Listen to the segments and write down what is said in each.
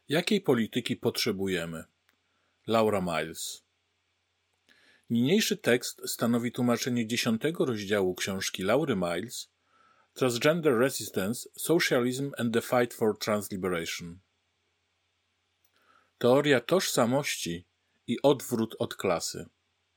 Jakiej polityki potrzebujemy? Laura Miles. Niniejszy tekst stanowi tłumaczenie 10 rozdziału książki Laury Miles Transgender Resistance, Socialism and the Fight for Transliberation. Teoria tożsamości i odwrót od klasy.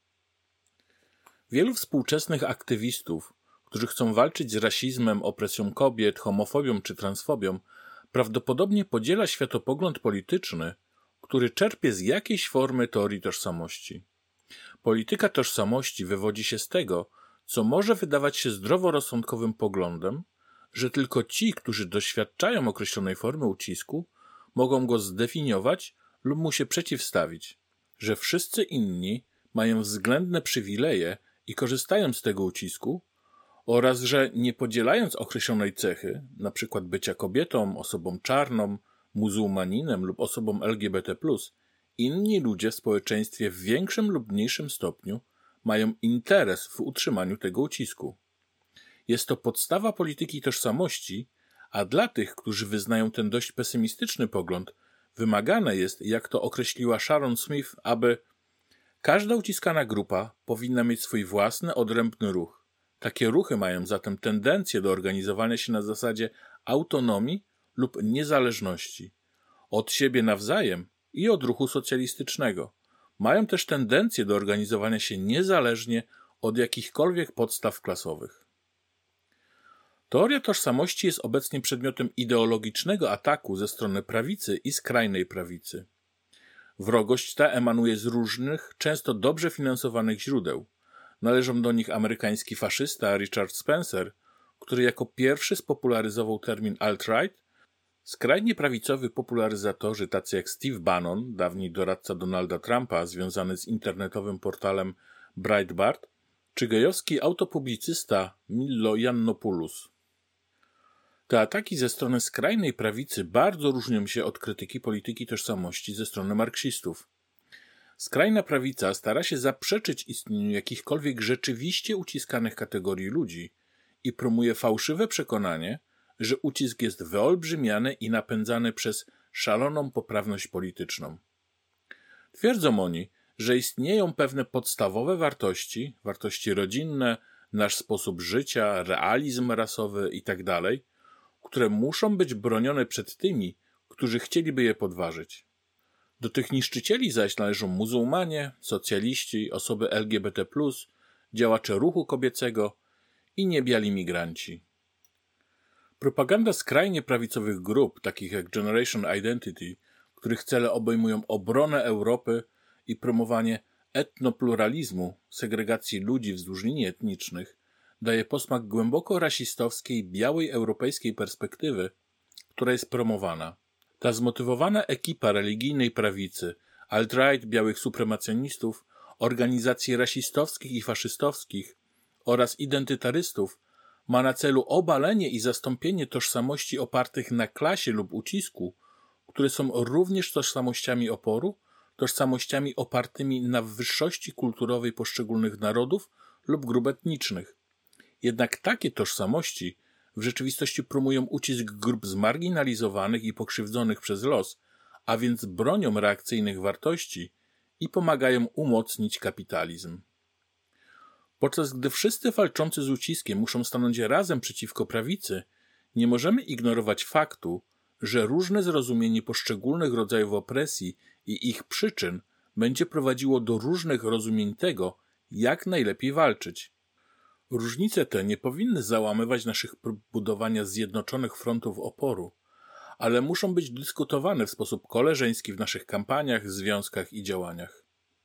Wielu współczesnych aktywistów, którzy chcą walczyć z rasizmem, opresją kobiet, homofobią czy transfobią, prawdopodobnie podziela światopogląd polityczny, który czerpie z jakiejś formy teorii tożsamości. Polityka tożsamości wywodzi się z tego, co może wydawać się zdroworozsądkowym poglądem, że tylko ci, którzy doświadczają określonej formy ucisku, mogą go zdefiniować lub mu się przeciwstawić, że wszyscy inni mają względne przywileje i korzystają z tego ucisku oraz że nie podzielając określonej cechy, np. bycia kobietą, osobą czarną, muzułmaninem lub osobą LGBT+, inni ludzie w społeczeństwie w większym lub mniejszym stopniu mają interes w utrzymaniu tego ucisku. Jest to podstawa polityki tożsamości, a dla tych, którzy wyznają ten dość pesymistyczny pogląd, wymagane jest, jak to określiła Sharon Smith, aby każda uciskana grupa powinna mieć swój własny, odrębny ruch. Takie ruchy mają zatem tendencję do organizowania się na zasadzie autonomii lub niezależności od siebie nawzajem i od ruchu socjalistycznego. Mają też tendencję do organizowania się niezależnie od jakichkolwiek podstaw klasowych. Teoria tożsamości jest obecnie przedmiotem ideologicznego ataku ze strony prawicy i skrajnej prawicy. Wrogość ta emanuje z różnych, często dobrze finansowanych źródeł. Należą do nich amerykański faszysta Richard Spencer, który jako pierwszy spopularyzował termin alt-right, skrajnie prawicowi popularyzatorzy tacy jak Steve Bannon, dawniej doradca Donalda Trumpa związany z internetowym portalem Breitbart, czy gejowski autopublicysta Milo Yiannopoulos. Te ataki ze strony skrajnej prawicy bardzo różnią się od krytyki polityki tożsamości ze strony marksistów. Skrajna prawica stara się zaprzeczyć istnieniu jakichkolwiek rzeczywiście uciskanych kategorii ludzi i promuje fałszywe przekonanie, że ucisk jest wyolbrzymiany i napędzany przez szaloną poprawność polityczną. Twierdzą oni, że istnieją pewne podstawowe wartości, wartości rodzinne, nasz sposób życia, realizm rasowy itd., które muszą być bronione przed tymi, którzy chcieliby je podważyć. Do tych niszczycieli zaś należą muzułmanie, socjaliści, osoby LGBT+, działacze ruchu kobiecego i niebiali migranci. Propaganda skrajnie prawicowych grup, takich jak Generation Identity, których cele obejmują obronę Europy i promowanie etnopluralizmu, segregacji ludzi wzdłuż linii etnicznych, daje posmak głęboko rasistowskiej, białej europejskiej perspektywy, która jest promowana. Ta zmotywowana ekipa religijnej prawicy, alt-right, białych supremacjonistów, organizacji rasistowskich i faszystowskich oraz identytarystów ma na celu obalenie i zastąpienie tożsamości opartych na klasie lub ucisku, które są również tożsamościami oporu, tożsamościami opartymi na wyższości kulturowej poszczególnych narodów lub grup etnicznych. Jednak takie tożsamości w rzeczywistości promują ucisk grup zmarginalizowanych i pokrzywdzonych przez los, a więc bronią reakcyjnych wartości i pomagają umocnić kapitalizm. Podczas gdy wszyscy walczący z uciskiem muszą stanąć razem przeciwko prawicy, nie możemy ignorować faktu, że różne zrozumienie poszczególnych rodzajów opresji i ich przyczyn będzie prowadziło do różnych rozumień tego, jak najlepiej walczyć. Różnice te nie powinny załamywać naszych prób budowania zjednoczonych frontów oporu, ale muszą być dyskutowane w sposób koleżeński w naszych kampaniach, związkach i działaniach.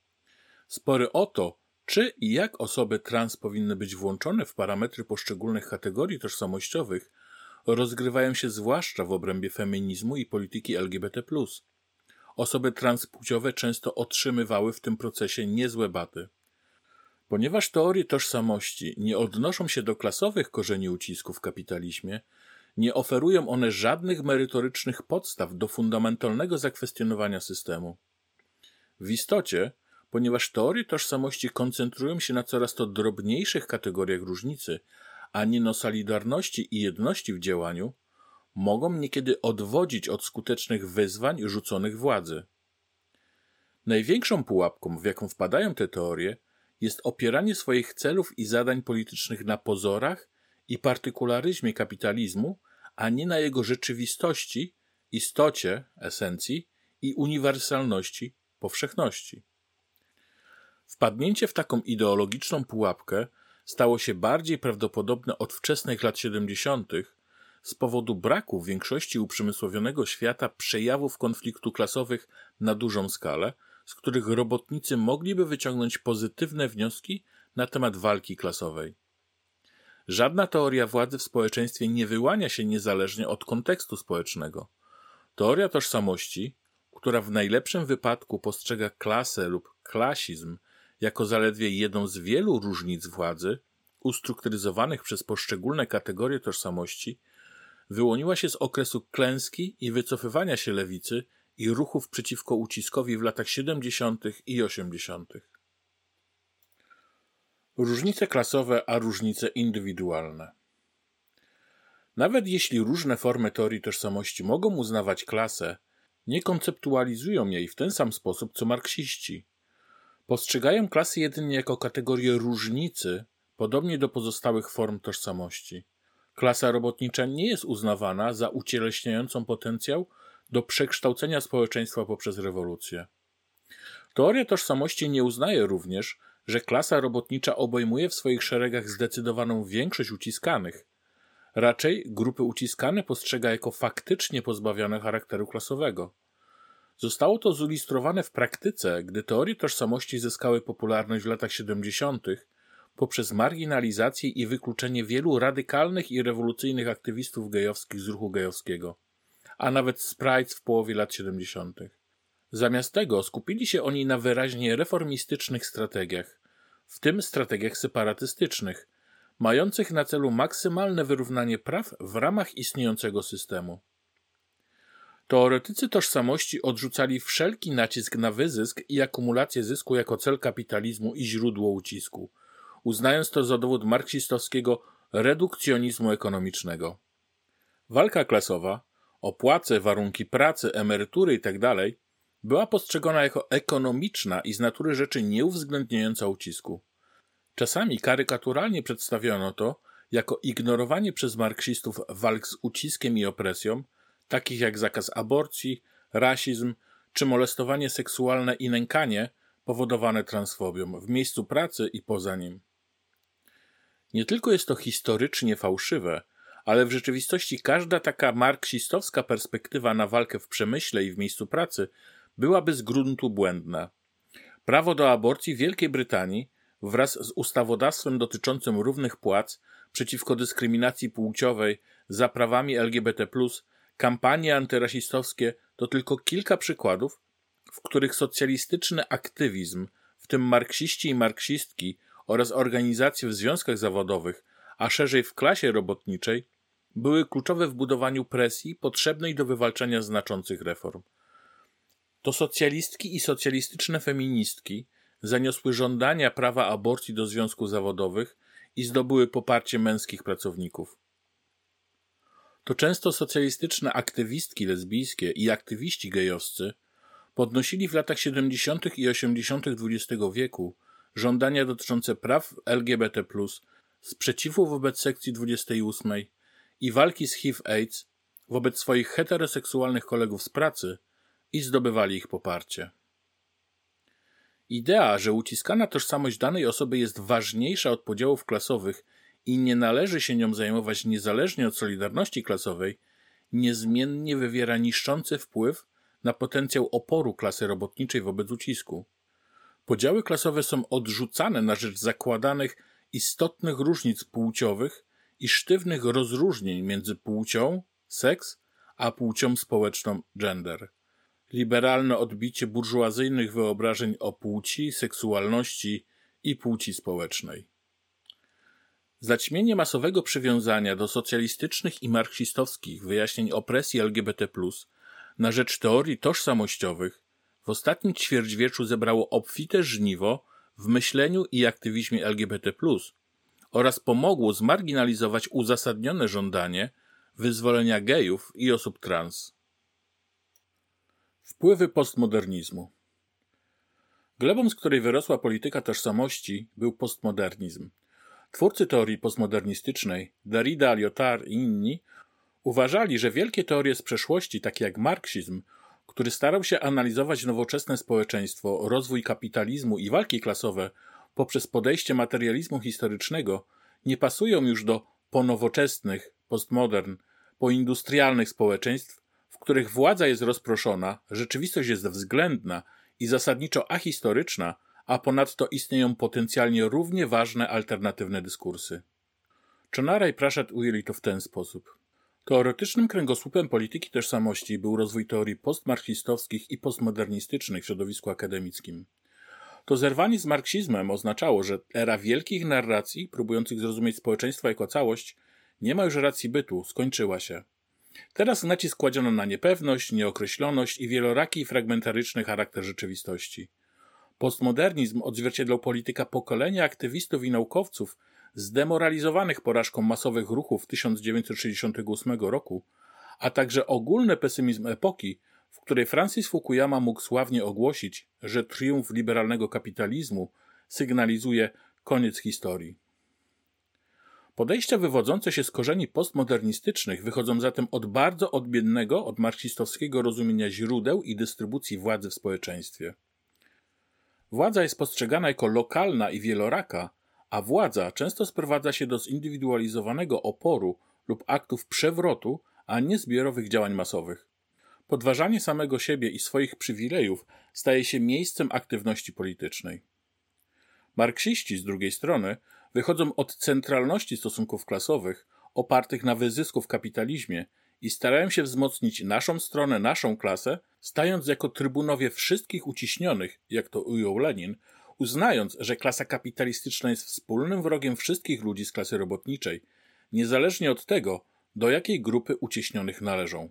Spory o to, czy i jak osoby trans powinny być włączone w parametry poszczególnych kategorii tożsamościowych, rozgrywają się zwłaszcza w obrębie feminizmu i polityki LGBT+. Osoby transpłciowe często otrzymywały w tym procesie niezłe baty. Ponieważ teorie tożsamości nie odnoszą się do klasowych korzeni ucisku w kapitalizmie, nie oferują one żadnych merytorycznych podstaw do fundamentalnego zakwestionowania systemu. W istocie, ponieważ teorie tożsamości koncentrują się na coraz to drobniejszych kategoriach różnicy, a nie na solidarności i jedności w działaniu, mogą niekiedy odwodzić od skutecznych wyzwań rzuconych władzy. Największą pułapką, w jaką wpadają te teorie, jest opieranie swoich celów i zadań politycznych na pozorach i partykularyzmie kapitalizmu, a nie na jego rzeczywistości, istocie, esencji i uniwersalności, powszechności. Wpadnięcie w taką ideologiczną pułapkę stało się bardziej prawdopodobne od wczesnych lat 70. z powodu braku w większości uprzemysłowionego świata przejawów konfliktu klasowych na dużą skalę, z których robotnicy mogliby wyciągnąć pozytywne wnioski na temat walki klasowej. Żadna teoria władzy w społeczeństwie nie wyłania się niezależnie od kontekstu społecznego. Teoria tożsamości, która w najlepszym wypadku postrzega klasę lub klasizm jako zaledwie jedną z wielu różnic władzy, ustrukturyzowanych przez poszczególne kategorie tożsamości, wyłoniła się z okresu klęski i wycofywania się lewicy i ruchów przeciwko uciskowi w latach 70. i 80. Różnice klasowe, a różnice indywidualne. Nawet jeśli różne formy teorii tożsamości mogą uznawać klasę, nie konceptualizują jej w ten sam sposób co marksiści. Postrzegają klasy jedynie jako kategorię różnicy, podobnie do pozostałych form tożsamości. Klasa robotnicza nie jest uznawana za ucieleśniającą potencjał do przekształcenia społeczeństwa poprzez rewolucję. Teoria tożsamości nie uznaje również, że klasa robotnicza obejmuje w swoich szeregach zdecydowaną większość uciskanych. Raczej grupy uciskane postrzega jako faktycznie pozbawione charakteru klasowego. Zostało to zilustrowane w praktyce, gdy teorie tożsamości zyskały popularność w latach 70. poprzez marginalizację i wykluczenie wielu radykalnych i rewolucyjnych aktywistów gejowskich z ruchu gejowskiego, a nawet sprites w połowie lat 70. Zamiast tego skupili się oni na wyraźnie reformistycznych strategiach, w tym strategiach separatystycznych, mających na celu maksymalne wyrównanie praw w ramach istniejącego systemu. Teoretycy tożsamości odrzucali wszelki nacisk na wyzysk i akumulację zysku jako cel kapitalizmu i źródło ucisku, uznając to za dowód marksistowskiego redukcjonizmu ekonomicznego. Walka klasowa, o płace, warunki pracy, emerytury itd. była postrzegana jako ekonomiczna i z natury rzeczy nieuwzględniająca ucisku. Czasami karykaturalnie przedstawiono to jako ignorowanie przez marksistów walk z uciskiem i opresją, takich jak zakaz aborcji, rasizm czy molestowanie seksualne i nękanie powodowane transfobią w miejscu pracy i poza nim. Nie tylko jest to historycznie fałszywe, ale w rzeczywistości każda taka marksistowska perspektywa na walkę w przemyśle i w miejscu pracy byłaby z gruntu błędna. Prawo do aborcji w Wielkiej Brytanii wraz z ustawodawstwem dotyczącym równych płac przeciwko dyskryminacji płciowej, za prawami LGBT+, kampanie antyrasistowskie to tylko kilka przykładów, w których socjalistyczny aktywizm, w tym marksiści i marksistki oraz organizacje w związkach zawodowych, a szerzej w klasie robotniczej, były kluczowe w budowaniu presji potrzebnej do wywalczenia znaczących reform. To socjalistki i socjalistyczne feministki zaniosły żądania prawa aborcji do związków zawodowych i zdobyły poparcie męskich pracowników. To często socjalistyczne aktywistki lesbijskie i aktywiści gejowscy podnosili w latach 70. i 80. XX wieku żądania dotyczące praw LGBT+, sprzeciwu wobec sekcji 28 i walki z HIV-AIDS wobec swoich heteroseksualnych kolegów z pracy i zdobywali ich poparcie. Idea, że uciskana tożsamość danej osoby jest ważniejsza od podziałów klasowych i nie należy się nią zajmować niezależnie od solidarności klasowej, niezmiennie wywiera niszczący wpływ na potencjał oporu klasy robotniczej wobec ucisku. Podziały klasowe są odrzucane na rzecz zakładanych istotnych różnic płciowych i sztywnych rozróżnień między płcią, seks, a płcią społeczną, gender. Liberalne odbicie burżuazyjnych wyobrażeń o płci, seksualności i płci społecznej. Zaćmienie masowego przywiązania do socjalistycznych i marksistowskich wyjaśnień opresji LGBT+, na rzecz teorii tożsamościowych w ostatnim ćwierćwieczu zebrało obfite żniwo w myśleniu i aktywizmie LGBT+, oraz pomogło zmarginalizować uzasadnione żądanie, wyzwolenia gejów i osób trans. Wpływy postmodernizmu. Glebą, z której wyrosła polityka tożsamości, był postmodernizm. Twórcy teorii postmodernistycznej, Derrida, Lyotard i inni, uważali, że wielkie teorie z przeszłości, takie jak marksizm, który starał się analizować nowoczesne społeczeństwo, rozwój kapitalizmu i walki klasowe poprzez podejście materializmu historycznego, nie pasują już do ponowoczesnych, postmodern, poindustrialnych społeczeństw, w których władza jest rozproszona, rzeczywistość jest względna i zasadniczo ahistoryczna, a ponadto istnieją potencjalnie równie ważne alternatywne dyskursy. Czonara i Prashad ujęli to w ten sposób. Teoretycznym kręgosłupem polityki tożsamości był rozwój teorii postmarksistowskich i postmodernistycznych w środowisku akademickim. To zerwanie z marksizmem oznaczało, że era wielkich narracji, próbujących zrozumieć społeczeństwo jako całość, nie ma już racji bytu, skończyła się. Teraz nacisk kładziono na niepewność, nieokreśloność i wieloraki i fragmentaryczny charakter rzeczywistości. Postmodernizm odzwierciedlał politykę pokolenia aktywistów i naukowców zdemoralizowanych porażką masowych ruchów 1968 roku, a także ogólny pesymizm epoki, w której Francis Fukuyama mógł sławnie ogłosić, że triumf liberalnego kapitalizmu sygnalizuje koniec historii. Podejścia wywodzące się z korzeni postmodernistycznych wychodzą zatem od bardzo odmiennego od marksistowskiego rozumienia źródeł i dystrybucji władzy w społeczeństwie. Władza jest postrzegana jako lokalna i wieloraka, a władza często sprowadza się do zindywidualizowanego oporu lub aktów przewrotu, a nie zbiorowych działań masowych. Podważanie samego siebie i swoich przywilejów staje się miejscem aktywności politycznej. Marksiści, z drugiej strony, wychodzą od centralności stosunków klasowych opartych na wyzysku w kapitalizmie i starają się wzmocnić naszą stronę, naszą klasę, stając jako trybunowie wszystkich uciśnionych, jak to ujął Lenin, uznając, że klasa kapitalistyczna jest wspólnym wrogiem wszystkich ludzi z klasy robotniczej, niezależnie od tego, do jakiej grupy uciśnionych należą.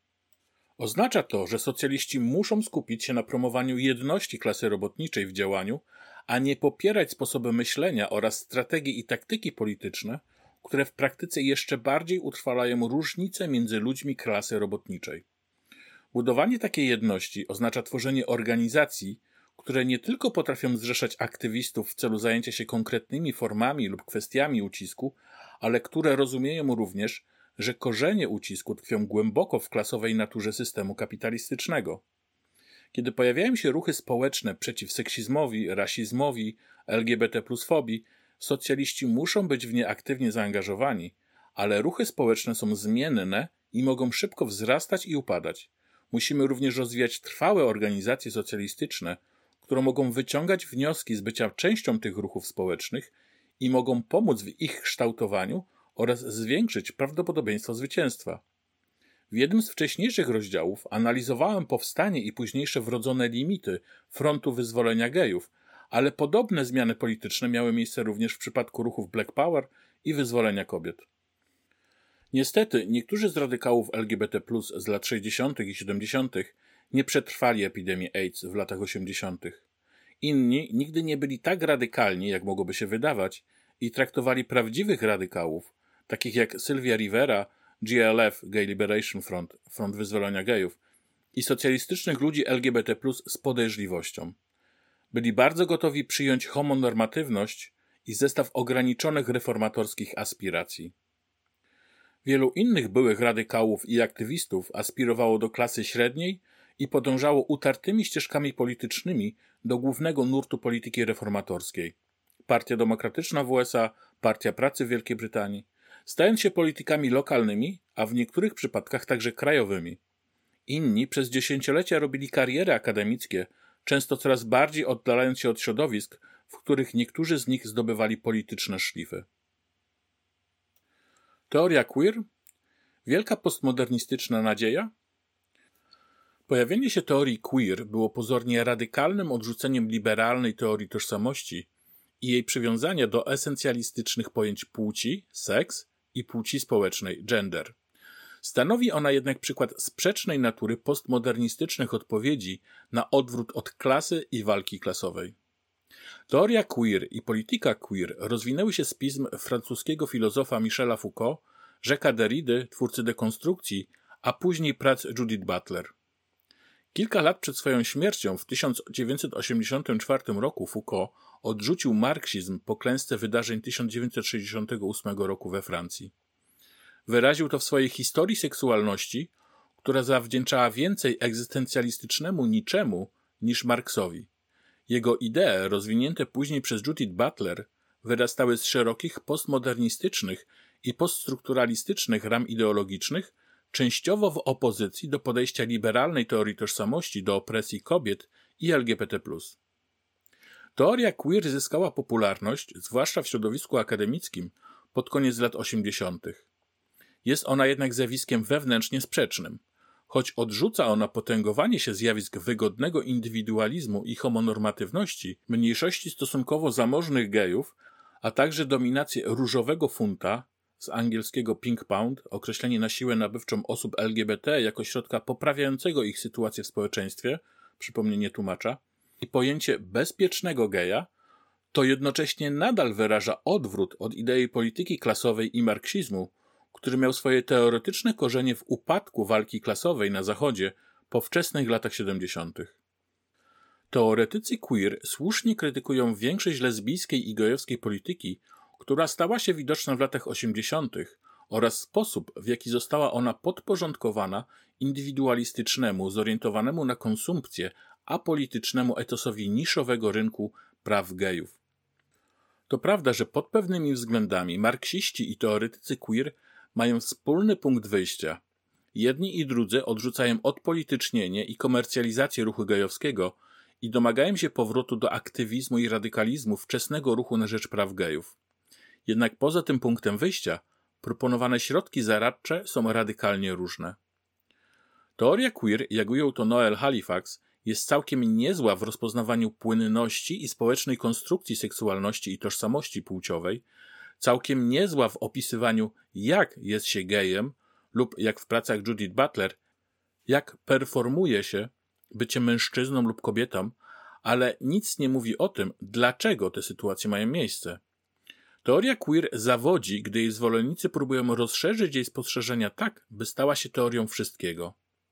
Oznacza to, że socjaliści muszą skupić się na promowaniu jedności klasy robotniczej w działaniu, a nie popierać sposoby myślenia oraz strategie i taktyki polityczne, które w praktyce jeszcze bardziej utrwalają różnice między ludźmi klasy robotniczej. Budowanie takiej jedności oznacza tworzenie organizacji, które nie tylko potrafią zrzeszać aktywistów w celu zajęcia się konkretnymi formami lub kwestiami ucisku, ale które rozumieją również, że korzenie ucisku tkwią głęboko w klasowej naturze systemu kapitalistycznego. Kiedy pojawiają się ruchy społeczne przeciw seksizmowi, rasizmowi, LGBT plus fobii, socjaliści muszą być w nie aktywnie zaangażowani, ale ruchy społeczne są zmienne i mogą szybko wzrastać i upadać. Musimy również rozwijać trwałe organizacje socjalistyczne, które mogą wyciągać wnioski z bycia częścią tych ruchów społecznych i mogą pomóc w ich kształtowaniu oraz zwiększyć prawdopodobieństwo zwycięstwa. W jednym z wcześniejszych rozdziałów analizowałem powstanie i późniejsze wrodzone limity Frontu Wyzwolenia Gejów, ale podobne zmiany polityczne miały miejsce również w przypadku ruchów Black Power i wyzwolenia kobiet. Niestety, niektórzy z radykałów LGBT+ z lat 60. i 70. nie przetrwali epidemii AIDS w latach 80. Inni nigdy nie byli tak radykalni, jak mogłoby się wydawać, i traktowali prawdziwych radykałów, takich jak Sylvia Rivera, GLF, Gay Liberation Front, Front Wyzwolenia Gejów, i socjalistycznych ludzi LGBT+, z podejrzliwością. Byli bardzo gotowi przyjąć homonormatywność i zestaw ograniczonych reformatorskich aspiracji. Wielu innych byłych radykałów i aktywistów aspirowało do klasy średniej i podążało utartymi ścieżkami politycznymi do głównego nurtu polityki reformatorskiej. Partia Demokratyczna w USA, Partia Pracy w Wielkiej Brytanii, stając się politykami lokalnymi, a w niektórych przypadkach także krajowymi. Inni przez dziesięciolecia robili kariery akademickie, często coraz bardziej oddalając się od środowisk, w których niektórzy z nich zdobywali polityczne szlify. Teoria queer? Wielka postmodernistyczna nadzieja? Pojawienie się teorii queer było pozornie radykalnym odrzuceniem liberalnej teorii tożsamości i jej przywiązania do esencjalistycznych pojęć płci, seks i płci społecznej, gender. Stanowi ona jednak przykład sprzecznej natury postmodernistycznych odpowiedzi na odwrót od klasy i walki klasowej. Teoria queer i polityka queer rozwinęły się z pism francuskiego filozofa Michela Foucault, Jacques'a Derrida, twórcy dekonstrukcji, a później prac Judith Butler. Kilka lat przed swoją śmiercią w 1984 roku Foucault odrzucił marksizm po klęsce wydarzeń 1968 roku we Francji. Wyraził to w swojej historii seksualności, która zawdzięczała więcej egzystencjalistycznemu niczemu niż Marksowi. Jego idee, rozwinięte później przez Judith Butler, wyrastały z szerokich postmodernistycznych i poststrukturalistycznych ram ideologicznych, częściowo w opozycji do podejścia liberalnej teorii tożsamości do opresji kobiet i LGBT+. Teoria queer zyskała popularność, zwłaszcza w środowisku akademickim, pod koniec lat 80. Jest ona jednak zjawiskiem wewnętrznie sprzecznym. Choć odrzuca ona potęgowanie się zjawisk wygodnego indywidualizmu i homonormatywności mniejszości stosunkowo zamożnych gejów, a także dominację różowego funta, z angielskiego pink pound, określenie na siłę nabywczą osób LGBT jako środka poprawiającego ich sytuację w społeczeństwie, przypomnienie tłumacza, i pojęcie bezpiecznego geja, to jednocześnie nadal wyraża odwrót od idei polityki klasowej i marksizmu, który miał swoje teoretyczne korzenie w upadku walki klasowej na Zachodzie po wczesnych latach 70. Teoretycy queer słusznie krytykują większość lesbijskiej i gejowskiej polityki, która stała się widoczna w latach 80. oraz sposób, w jaki została ona podporządkowana indywidualistycznemu, zorientowanemu na konsumpcję, apolitycznemu etosowi niszowego rynku praw gejów. To prawda, że pod pewnymi względami marksiści i teoretycy queer mają wspólny punkt wyjścia. Jedni i drudzy odrzucają odpolitycznienie i komercjalizację ruchu gejowskiego i domagają się powrotu do aktywizmu i radykalizmu wczesnego ruchu na rzecz praw gejów. Jednak poza tym punktem wyjścia proponowane środki zaradcze są radykalnie różne. Teoria queer, jak ujął to Noel Halifax, jest całkiem niezła w rozpoznawaniu płynności i społecznej konstrukcji seksualności i tożsamości płciowej, całkiem niezła w opisywaniu, jak jest się gejem lub, jak w pracach Judith Butler, jak performuje się bycie mężczyzną lub kobietą, ale nic nie mówi o tym, dlaczego te sytuacje mają miejsce. Teoria queer zawodzi, gdy jej zwolennicy próbują rozszerzyć jej spostrzeżenia tak, by stała się teorią wszystkiego.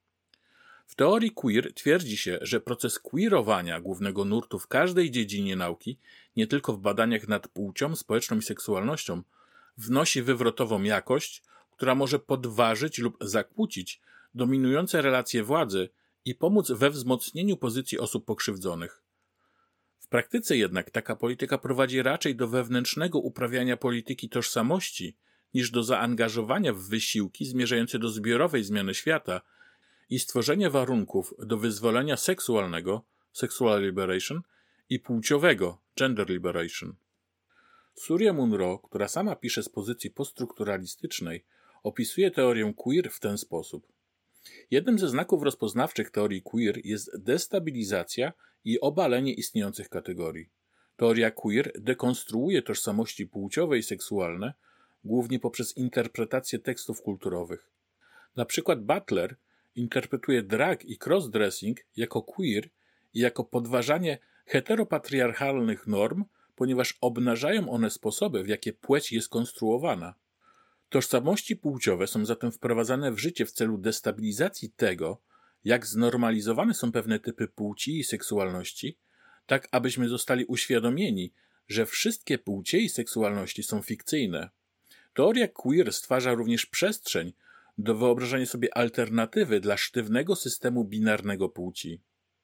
W teorii queer twierdzi się, że proces queerowania głównego nurtu w każdej dziedzinie nauki, nie tylko w badaniach nad płcią, społeczną i seksualnością, wnosi wywrotową jakość, która może podważyć lub zakłócić dominujące relacje władzy i pomóc we wzmocnieniu pozycji osób pokrzywdzonych. W praktyce jednak taka polityka prowadzi raczej do wewnętrznego uprawiania polityki tożsamości niż do zaangażowania w wysiłki zmierzające do zbiorowej zmiany świata i stworzenia warunków do wyzwolenia seksualnego sexual liberation i płciowego gender liberation. Surya Munro, która sama pisze z pozycji poststrukturalistycznej, opisuje teorię queer w ten sposób. Jednym ze znaków rozpoznawczych teorii queer jest destabilizacja i obalenie istniejących kategorii. Teoria queer dekonstruuje tożsamości płciowe i seksualne, głównie poprzez interpretację tekstów kulturowych. Na przykład Butler interpretuje drag i crossdressing jako queer i jako podważanie heteropatriarchalnych norm, ponieważ obnażają one sposoby, w jakie płeć jest konstruowana. Tożsamości płciowe są zatem wprowadzane w życie w celu destabilizacji tego, jak znormalizowane są pewne typy płci i seksualności, tak abyśmy zostali uświadomieni, że wszystkie płcie i seksualności są fikcyjne. Teoria queer stwarza również przestrzeń do wyobrażania sobie alternatywy dla sztywnego systemu binarnego płci.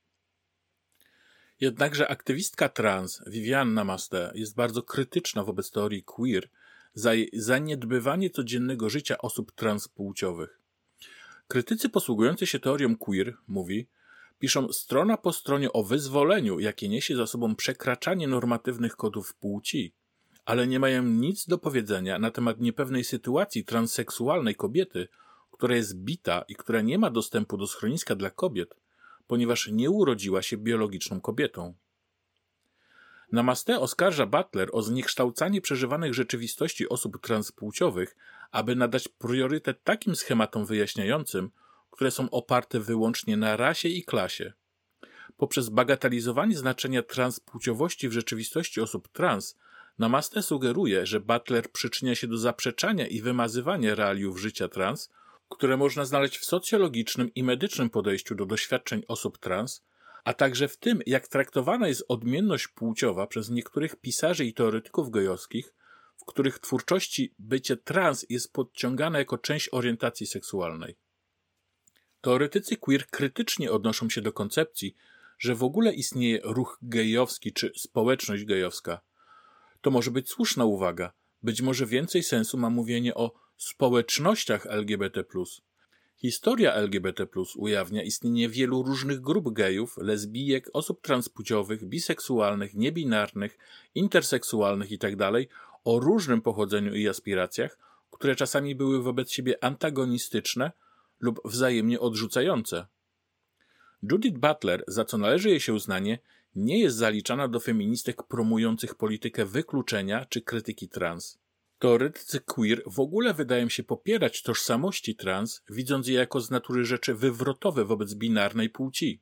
Jednakże aktywistka trans Viviane Namaste jest bardzo krytyczna wobec teorii queer za jej zaniedbywanie codziennego życia osób transpłciowych. Krytycy posługujący się teorią queer, mówi, piszą strona po stronie o wyzwoleniu, jakie niesie za sobą przekraczanie normatywnych kodów płci, ale nie mają nic do powiedzenia na temat niepewnej sytuacji transseksualnej kobiety, która jest bita i która nie ma dostępu do schroniska dla kobiet, ponieważ nie urodziła się biologiczną kobietą. Namaste oskarża Butler o zniekształcanie przeżywanych rzeczywistości osób transpłciowych, aby nadać priorytet takim schematom wyjaśniającym, które są oparte wyłącznie na rasie i klasie. Poprzez bagatelizowanie znaczenia transpłciowości w rzeczywistości osób trans, Namaste sugeruje, że Butler przyczynia się do zaprzeczania i wymazywania realiów życia trans, które można znaleźć w socjologicznym i medycznym podejściu do doświadczeń osób trans, a także w tym, jak traktowana jest odmienność płciowa przez niektórych pisarzy i teoretyków gejowskich, w których twórczości bycie trans jest podciągane jako część orientacji seksualnej. Teoretycy queer krytycznie odnoszą się do koncepcji, że w ogóle istnieje ruch gejowski czy społeczność gejowska. To może być słuszna uwaga. Być może więcej sensu ma mówienie o społecznościach LGBT+. Historia LGBT+ ujawnia istnienie wielu różnych grup gejów, lesbijek, osób transpłciowych, biseksualnych, niebinarnych, interseksualnych itd. O różnym pochodzeniu i aspiracjach, które czasami były wobec siebie antagonistyczne lub wzajemnie odrzucające. Judith Butler, za co należy jej się uznanie, nie jest zaliczana do feministek promujących politykę wykluczenia czy krytyki trans. Teoretycy queer w ogóle wydają się popierać tożsamości trans, widząc je jako z natury rzeczy wywrotowe wobec binarnej płci.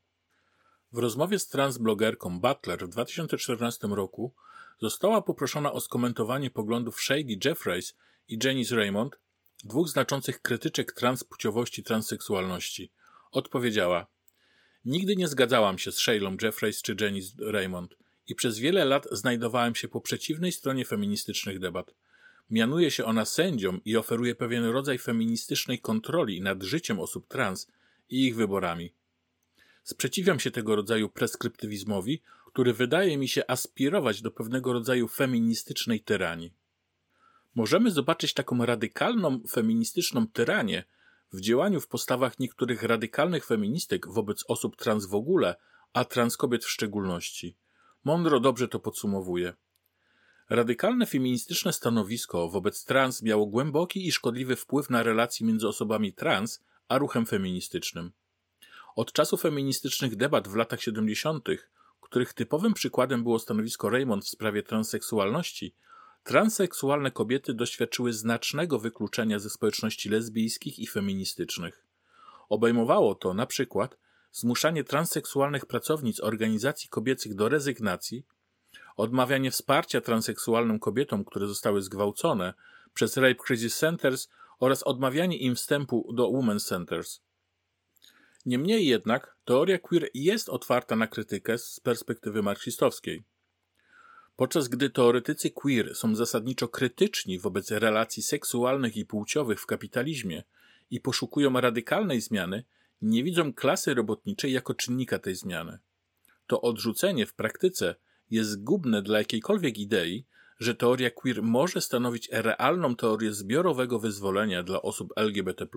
W rozmowie z transblogerką Butler w 2014 roku została poproszona o skomentowanie poglądów Shady Jeffreys i Janice Raymond, dwóch znaczących krytyczek transpłciowości, transseksualności. Odpowiedziała: nigdy nie zgadzałam się z Shaylą Jeffreys czy Janice Raymond i przez wiele lat znajdowałem się po przeciwnej stronie feministycznych debat. Mianuje się ona sędzią i oferuje pewien rodzaj feministycznej kontroli nad życiem osób trans i ich wyborami. Sprzeciwiam się tego rodzaju preskryptywizmowi, który wydaje mi się aspirować do pewnego rodzaju feministycznej tyranii. Możemy zobaczyć taką radykalną feministyczną tyranię w działaniu w postawach niektórych radykalnych feministek wobec osób trans w ogóle, a trans kobiet w szczególności. Monroe dobrze to podsumowuje. Radykalne feministyczne stanowisko wobec trans miało głęboki i szkodliwy wpływ na relacje między osobami trans a ruchem feministycznym. Od czasu feministycznych debat w latach 70., których typowym przykładem było stanowisko Raymond w sprawie transseksualności, transseksualne kobiety doświadczyły znacznego wykluczenia ze społeczności lesbijskich i feministycznych. Obejmowało to na przykład zmuszanie transseksualnych pracownic organizacji kobiecych do rezygnacji, odmawianie wsparcia transseksualnym kobietom, które zostały zgwałcone, przez Rape Crisis Centers oraz odmawianie im wstępu do Women's Centers. Niemniej jednak teoria queer jest otwarta na krytykę z perspektywy marksistowskiej. Podczas gdy teoretycy queer są zasadniczo krytyczni wobec relacji seksualnych i płciowych w kapitalizmie i poszukują radykalnej zmiany, nie widzą klasy robotniczej jako czynnika tej zmiany. To odrzucenie w praktyce jest zgubne dla jakiejkolwiek idei, że teoria queer może stanowić realną teorię zbiorowego wyzwolenia dla osób LGBT+.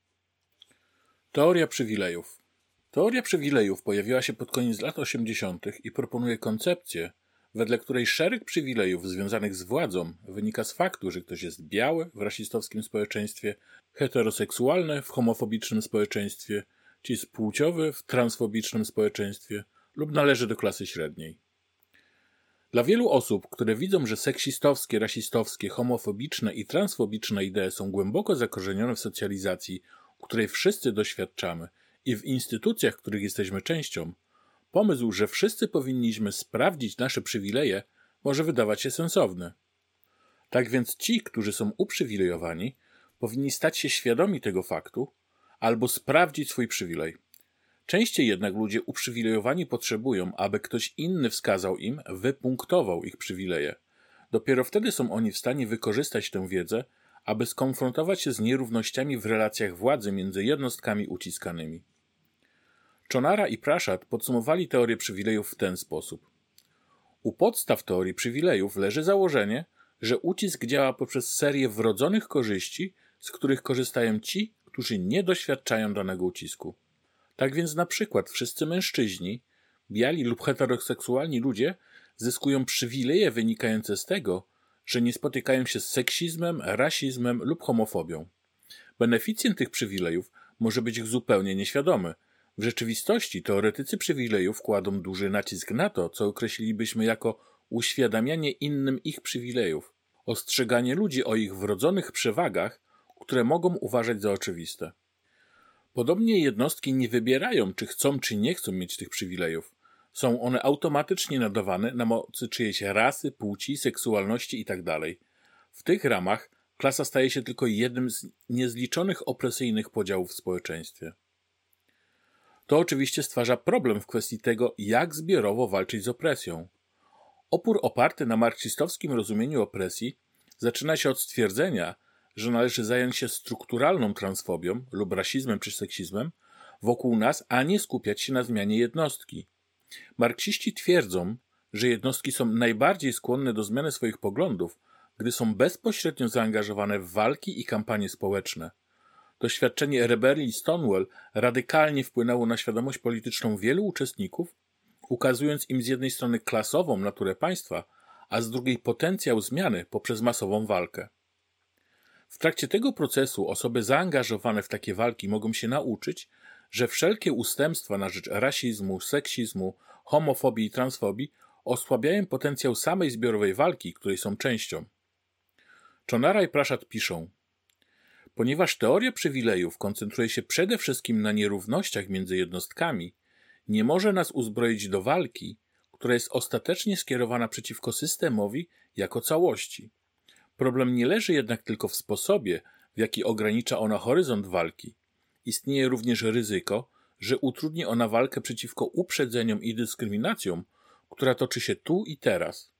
Teoria przywilejów. Teoria przywilejów pojawiła się pod koniec lat 80. i proponuje koncepcję, wedle której szereg przywilejów związanych z władzą wynika z faktu, że ktoś jest biały w rasistowskim społeczeństwie, heteroseksualny w homofobicznym społeczeństwie, czy jest płciowy w transfobicznym społeczeństwie lub należy do klasy średniej. Dla wielu osób, które widzą, że seksistowskie, rasistowskie, homofobiczne i transfobiczne idee są głęboko zakorzenione w socjalizacji, której wszyscy doświadczamy i w instytucjach, których jesteśmy częścią, pomysł, że wszyscy powinniśmy sprawdzić nasze przywileje, może wydawać się sensowny. Tak więc ci, którzy są uprzywilejowani, powinni stać się świadomi tego faktu albo sprawdzić swój przywilej. Częściej jednak ludzie uprzywilejowani potrzebują, aby ktoś inny wskazał im, wypunktował ich przywileje. Dopiero wtedy są oni w stanie wykorzystać tę wiedzę, aby skonfrontować się z nierównościami w relacjach władzy między jednostkami uciskanymi. Chonara i Prashad podsumowali teorię przywilejów w ten sposób. U podstaw teorii przywilejów leży założenie, że ucisk działa poprzez serię wrodzonych korzyści, z których korzystają ci, którzy nie doświadczają danego ucisku. Tak więc na przykład wszyscy mężczyźni, biali lub heteroseksualni ludzie zyskują przywileje wynikające z tego, że nie spotykają się z seksizmem, rasizmem lub homofobią. Beneficjent tych przywilejów może być ich zupełnie nieświadomy. W rzeczywistości teoretycy przywilejów kładą duży nacisk na to, co określilibyśmy jako uświadamianie innym ich przywilejów, ostrzeganie ludzi o ich wrodzonych przewagach, które mogą uważać za oczywiste. Podobnie jednostki nie wybierają, czy chcą, czy nie chcą mieć tych przywilejów. Są one automatycznie nadawane na mocy czyjejś rasy, płci, seksualności itd. W tych ramach klasa staje się tylko jednym z niezliczonych opresyjnych podziałów w społeczeństwie. To oczywiście stwarza problem w kwestii tego, jak zbiorowo walczyć z opresją. Opór oparty na marksistowskim rozumieniu opresji zaczyna się od stwierdzenia, że należy zająć się strukturalną transfobią lub rasizmem czy seksizmem wokół nas, a nie skupiać się na zmianie jednostki. Marksiści twierdzą, że jednostki są najbardziej skłonne do zmiany swoich poglądów, gdy są bezpośrednio zaangażowane w walki i kampanie społeczne. Doświadczenie rebelii Stonewall radykalnie wpłynęło na świadomość polityczną wielu uczestników, ukazując im z jednej strony klasową naturę państwa, a z drugiej potencjał zmiany poprzez masową walkę. W trakcie tego procesu osoby zaangażowane w takie walki mogą się nauczyć, że wszelkie ustępstwa na rzecz rasizmu, seksizmu, homofobii i transfobii osłabiają potencjał samej zbiorowej walki, której są częścią. Chonara i Prashad piszą: ponieważ teoria przywilejów koncentruje się przede wszystkim na nierównościach między jednostkami, nie może nas uzbroić do walki, która jest ostatecznie skierowana przeciwko systemowi jako całości. Problem nie leży jednak tylko w sposobie, w jaki ogranicza ona horyzont walki. Istnieje również ryzyko, że utrudni ona walkę przeciwko uprzedzeniom i dyskryminacjom, która toczy się tu i teraz.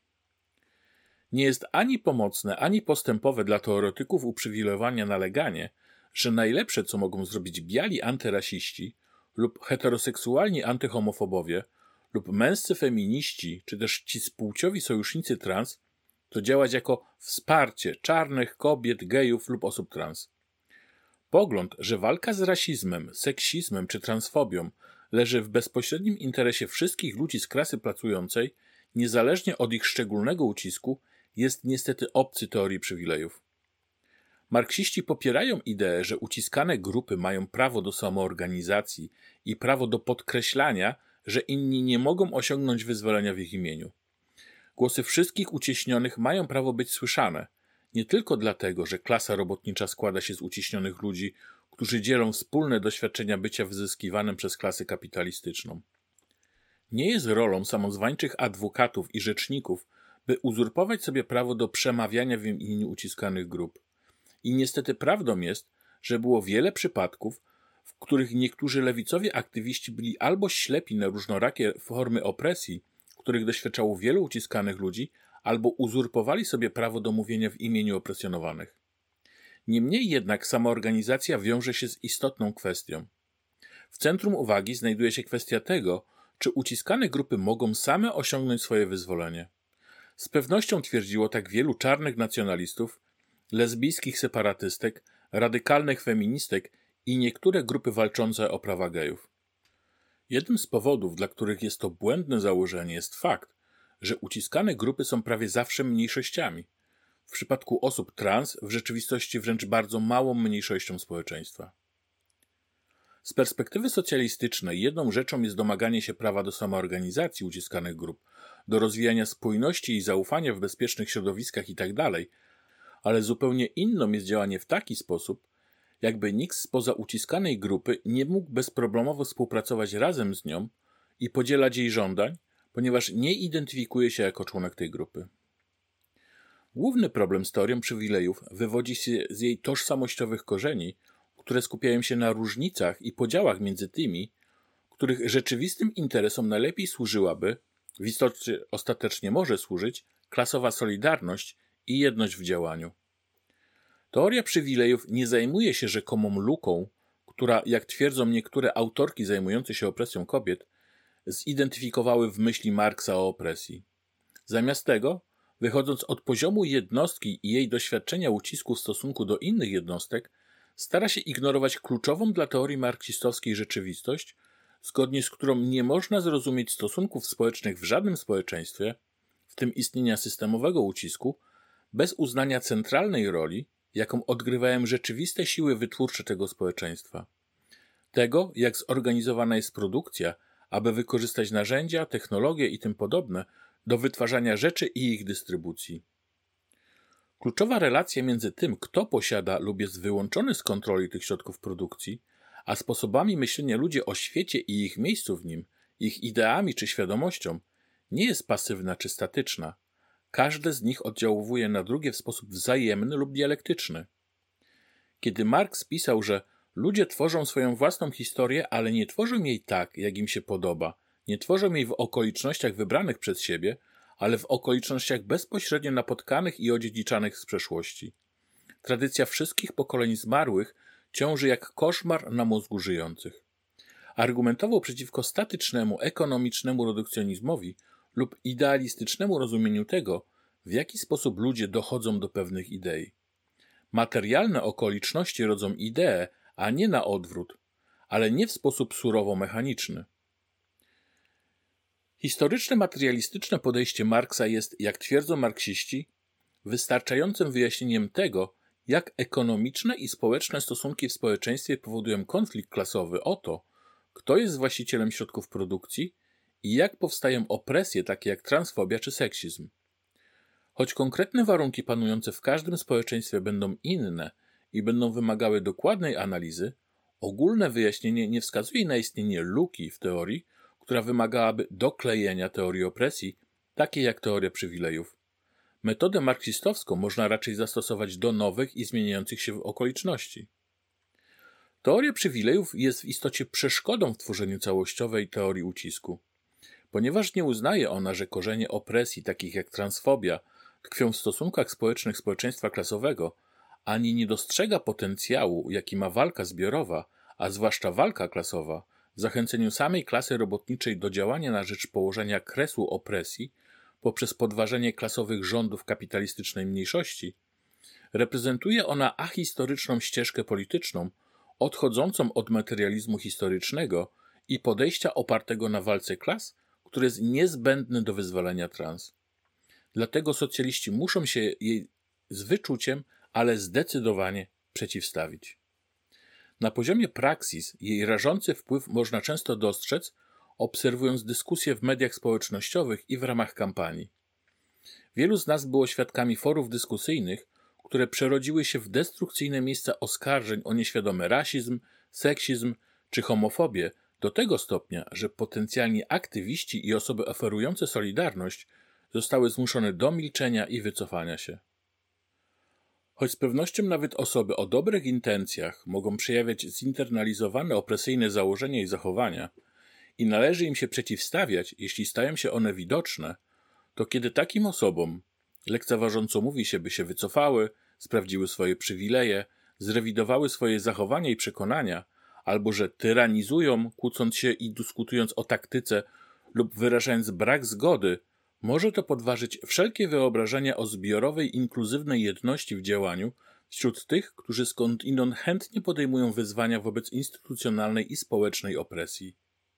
Nie jest ani pomocne, ani postępowe dla teoretyków uprzywilejowania naleganie, że najlepsze, co mogą zrobić biali antyrasiści lub heteroseksualni antyhomofobowie lub męscy feminiści, czy też ci spłciowi sojusznicy trans, to działać jako wsparcie czarnych, kobiet, gejów lub osób trans. Pogląd, że walka z rasizmem, seksizmem czy transfobią leży w bezpośrednim interesie wszystkich ludzi z klasy pracującej, niezależnie od ich szczególnego ucisku, jest niestety obcy teorii przywilejów. Marksiści popierają ideę, że uciskane grupy mają prawo do samoorganizacji i prawo do podkreślania, że inni nie mogą osiągnąć wyzwolenia w ich imieniu. Głosy wszystkich uciśnionych mają prawo być słyszane, nie tylko dlatego, że klasa robotnicza składa się z uciśnionych ludzi, którzy dzielą wspólne doświadczenia bycia wyzyskiwanym przez klasę kapitalistyczną. Nie jest rolą samozwańczych adwokatów i rzeczników, by uzurpować sobie prawo do przemawiania w imieniu uciskanych grup. I niestety prawdą jest, że było wiele przypadków, w których niektórzy lewicowi aktywiści byli albo ślepi na różnorakie formy opresji, których doświadczało wielu uciskanych ludzi, albo uzurpowali sobie prawo do mówienia w imieniu opresjonowanych. Niemniej jednak samoorganizacja wiąże się z istotną kwestią. W centrum uwagi znajduje się kwestia tego, czy uciskane grupy mogą same osiągnąć swoje wyzwolenie. Z pewnością twierdziło tak wielu czarnych nacjonalistów, lesbijskich separatystek, radykalnych feministek i niektóre grupy walczące o prawa gejów. Jednym z powodów, dla których jest to błędne założenie, jest fakt, że uciskane grupy są prawie zawsze mniejszościami. W przypadku osób trans w rzeczywistości wręcz bardzo małą mniejszością społeczeństwa. Z perspektywy socjalistycznej jedną rzeczą jest domaganie się prawa do samoorganizacji uciskanych grup, do rozwijania spójności i zaufania w bezpiecznych środowiskach itd., ale zupełnie inną jest działanie w taki sposób, jakby nikt spoza uciskanej grupy nie mógł bezproblemowo współpracować razem z nią i podzielać jej żądań, ponieważ nie identyfikuje się jako członek tej grupy. Główny problem z teorią przywilejów wywodzi się z jej tożsamościowych korzeni, które skupiają się na różnicach i podziałach między tymi, których rzeczywistym interesom najlepiej służyłaby, w istocie ostatecznie może służyć, klasowa solidarność i jedność w działaniu. Teoria przywilejów nie zajmuje się rzekomą luką, która, jak twierdzą niektóre autorki zajmujące się opresją kobiet, zidentyfikowały w myśli Marksa o opresji. Zamiast tego, wychodząc od poziomu jednostki i jej doświadczenia ucisku w stosunku do innych jednostek, stara się ignorować kluczową dla teorii marksistowskiej rzeczywistość, zgodnie z którą nie można zrozumieć stosunków społecznych w żadnym społeczeństwie, w tym istnienia systemowego ucisku, bez uznania centralnej roli, jaką odgrywają rzeczywiste siły wytwórcze tego społeczeństwa. Tego, jak zorganizowana jest produkcja, aby wykorzystać narzędzia, technologie i tym podobne do wytwarzania rzeczy i ich dystrybucji. Kluczowa relacja między tym, kto posiada lub jest wyłączony z kontroli tych środków produkcji, a sposobami myślenia ludzi o świecie i ich miejscu w nim, ich ideami czy świadomością, nie jest pasywna czy statyczna. Każde z nich oddziałuje na drugie w sposób wzajemny lub dialektyczny. Kiedy Marx pisał, że ludzie tworzą swoją własną historię, ale nie tworzą jej tak, jak im się podoba, nie tworzą jej w okolicznościach wybranych przez siebie, ale w okolicznościach bezpośrednio napotkanych i odziedziczanych z przeszłości. Tradycja wszystkich pokoleń zmarłych ciąży jak koszmar na mózgu żyjących. Argumentował przeciwko statycznemu, ekonomicznemu redukcjonizmowi lub idealistycznemu rozumieniu tego, w jaki sposób ludzie dochodzą do pewnych idei. Materialne okoliczności rodzą idee, a nie na odwrót, ale nie w sposób surowo mechaniczny. Historyczne materialistyczne podejście Marksa jest, jak twierdzą marksiści, wystarczającym wyjaśnieniem tego, jak ekonomiczne i społeczne stosunki w społeczeństwie powodują konflikt klasowy o to, kto jest właścicielem środków produkcji i jak powstają opresje takie jak transfobia czy seksizm. Choć konkretne warunki panujące w każdym społeczeństwie będą inne i będą wymagały dokładnej analizy, ogólne wyjaśnienie nie wskazuje na istnienie luki w teorii, która wymagałaby doklejenia teorii opresji, takiej jak teoria przywilejów. Metodę marksistowską można raczej zastosować do nowych i zmieniających się okoliczności. Teoria przywilejów jest w istocie przeszkodą w tworzeniu całościowej teorii ucisku. Ponieważ nie uznaje ona, że korzenie opresji, takich jak transfobia, tkwią w stosunkach społecznych społeczeństwa klasowego, ani nie dostrzega potencjału, jaki ma walka zbiorowa, a zwłaszcza walka klasowa, w zachęceniu samej klasy robotniczej do działania na rzecz położenia kresu opresji poprzez podważenie klasowych rządów kapitalistycznej mniejszości, reprezentuje ona ahistoryczną ścieżkę polityczną, odchodzącą od materializmu historycznego i podejścia opartego na walce klas, który jest niezbędny do wyzwolenia trans. Dlatego socjaliści muszą się jej z wyczuciem, ale zdecydowanie przeciwstawić. Na poziomie praksis jej rażący wpływ można często dostrzec, obserwując dyskusje w mediach społecznościowych i w ramach kampanii. Wielu z nas było świadkami forów dyskusyjnych, które przerodziły się w destrukcyjne miejsca oskarżeń o nieświadomy rasizm, seksizm czy homofobię do tego stopnia, że potencjalni aktywiści i osoby oferujące solidarność zostały zmuszone do milczenia i wycofania się. Choć z pewnością nawet osoby o dobrych intencjach mogą przejawiać zinternalizowane opresyjne założenia i zachowania i należy im się przeciwstawiać, jeśli stają się one widoczne, to kiedy takim osobom lekceważąco mówi się, by się wycofały, sprawdziły swoje przywileje, zrewidowały swoje zachowania i przekonania, albo że tyranizują, kłócąc się i dyskutując o taktyce lub wyrażając brak zgody, może to podważyć wszelkie wyobrażenia o zbiorowej, inkluzywnej jedności w działaniu wśród tych, którzy skądinąd chętnie podejmują wyzwania wobec instytucjonalnej i społecznej opresji.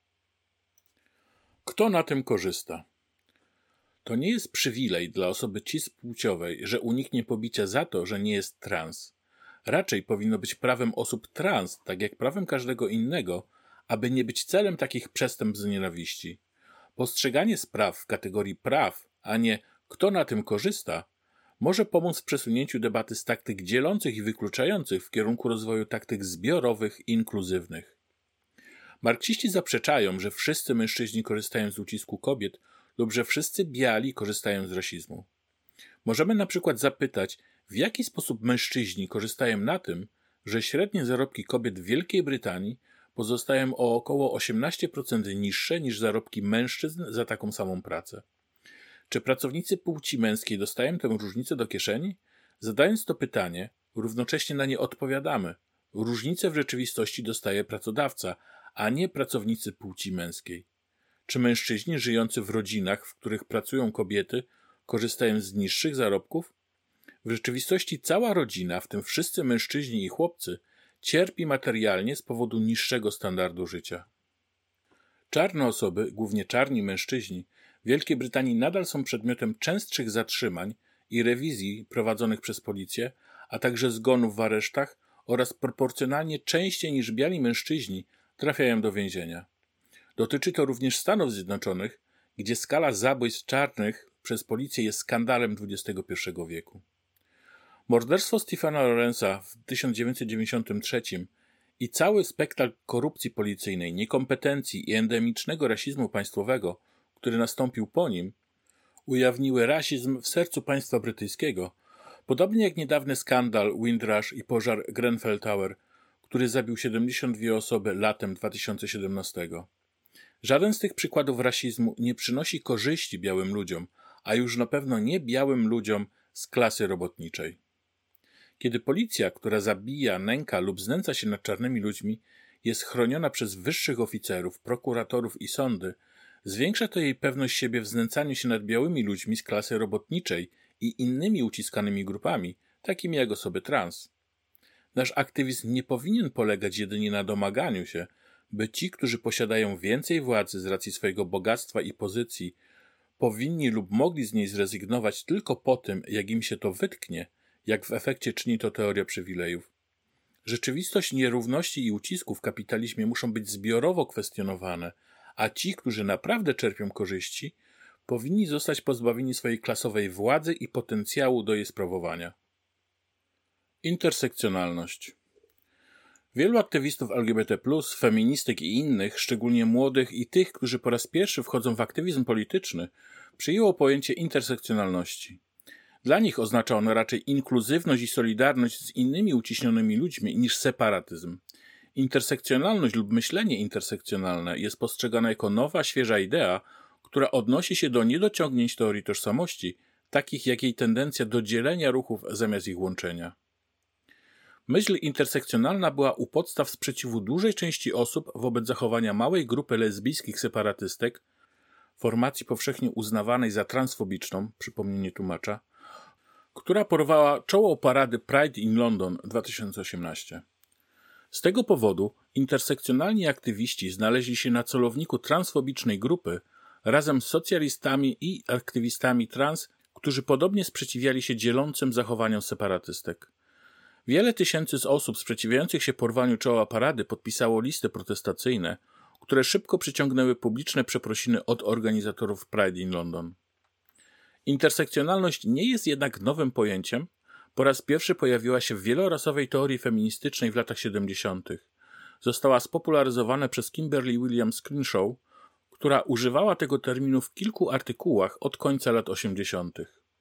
Kto na tym korzysta? To nie jest przywilej dla osoby cispłciowej, że uniknie pobicia za to, że nie jest trans. Raczej powinno być prawem osób trans, tak jak prawem każdego innego, aby nie być celem takich przestępstw z nienawiści. Postrzeganie spraw w kategorii praw, a nie kto na tym korzysta, może pomóc w przesunięciu debaty z taktyk dzielących i wykluczających w kierunku rozwoju taktyk zbiorowych i inkluzywnych. Marksiści zaprzeczają, że wszyscy mężczyźni korzystają z ucisku kobiet lub że wszyscy biali korzystają z rasizmu. Możemy na przykład zapytać, w jaki sposób mężczyźni korzystają na tym, że średnie zarobki kobiet w Wielkiej Brytanii pozostają o około 18% niższe niż zarobki mężczyzn za taką samą pracę. Czy pracownicy płci męskiej dostają tę różnicę do kieszeni? Zadając to pytanie, równocześnie na nie odpowiadamy. Różnicę w rzeczywistości dostaje pracodawca, a nie pracownicy płci męskiej. Czy mężczyźni żyjący w rodzinach, w których pracują kobiety, korzystają z niższych zarobków? W rzeczywistości cała rodzina, w tym wszyscy mężczyźni i chłopcy, cierpi materialnie z powodu niższego standardu życia. Czarne osoby, głównie czarni mężczyźni, w Wielkiej Brytanii nadal są przedmiotem częstszych zatrzymań i rewizji prowadzonych przez policję, a także zgonów w aresztach oraz proporcjonalnie częściej niż biali mężczyźni trafiają do więzienia. Dotyczy to również Stanów Zjednoczonych, gdzie skala zabójstw czarnych przez policję jest skandalem XXI wieku. Morderstwo Stephena Lawrence'a w 1993 i cały spektakl korupcji policyjnej, niekompetencji i endemicznego rasizmu państwowego, który nastąpił po nim, ujawniły rasizm w sercu państwa brytyjskiego, podobnie jak niedawny skandal Windrush i pożar Grenfell Tower, który zabił 72 osoby latem 2017. Żaden z tych przykładów rasizmu nie przynosi korzyści białym ludziom, a już na pewno nie białym ludziom z klasy robotniczej. Kiedy policja, która zabija, nęka lub znęca się nad czarnymi ludźmi, jest chroniona przez wyższych oficerów, prokuratorów i sądy, zwiększa to jej pewność siebie w znęcaniu się nad białymi ludźmi z klasy robotniczej i innymi uciskanymi grupami, takimi jak osoby trans. Nasz aktywizm nie powinien polegać jedynie na domaganiu się, by ci, którzy posiadają więcej władzy z racji swojego bogactwa i pozycji, powinni lub mogli z niej zrezygnować tylko po tym, jak im się to wytknie, jak w efekcie czyni to teoria przywilejów. Rzeczywistość nierówności i ucisku w kapitalizmie muszą być zbiorowo kwestionowane, a ci, którzy naprawdę czerpią korzyści, powinni zostać pozbawieni swojej klasowej władzy i potencjału do jej sprawowania. Intersekcjonalność. Wielu aktywistów LGBT+, feministek i innych, szczególnie młodych i tych, którzy po raz pierwszy wchodzą w aktywizm polityczny, przyjęło pojęcie intersekcjonalności. Dla nich oznacza ono raczej inkluzywność i solidarność z innymi uciśnionymi ludźmi niż separatyzm. Intersekcjonalność lub myślenie intersekcjonalne jest postrzegane jako nowa, świeża idea, która odnosi się do niedociągnięć teorii tożsamości, takich jak jej tendencja do dzielenia ruchów zamiast ich łączenia. Myśl intersekcjonalna była u podstaw sprzeciwu dużej części osób wobec zachowania małej grupy lesbijskich separatystek, formacji powszechnie uznawanej za transfobiczną, przypomnienie tłumacza, która porwała czoło parady Pride in London 2018. Z tego powodu intersekcjonalni aktywiści znaleźli się na celowniku transfobicznej grupy razem z socjalistami i aktywistami trans, którzy podobnie sprzeciwiali się dzielącym zachowaniom separatystek. Wiele tysięcy z osób sprzeciwiających się porwaniu czoła parady podpisało listy protestacyjne, które szybko przyciągnęły publiczne przeprosiny od organizatorów Pride in London. Intersekcjonalność nie jest jednak nowym pojęciem. Po raz pierwszy pojawiła się w wielorasowej teorii feministycznej w latach 70. Została spopularyzowana przez Kimberly Williams Crenshaw, która używała tego terminu w kilku artykułach od końca lat 80.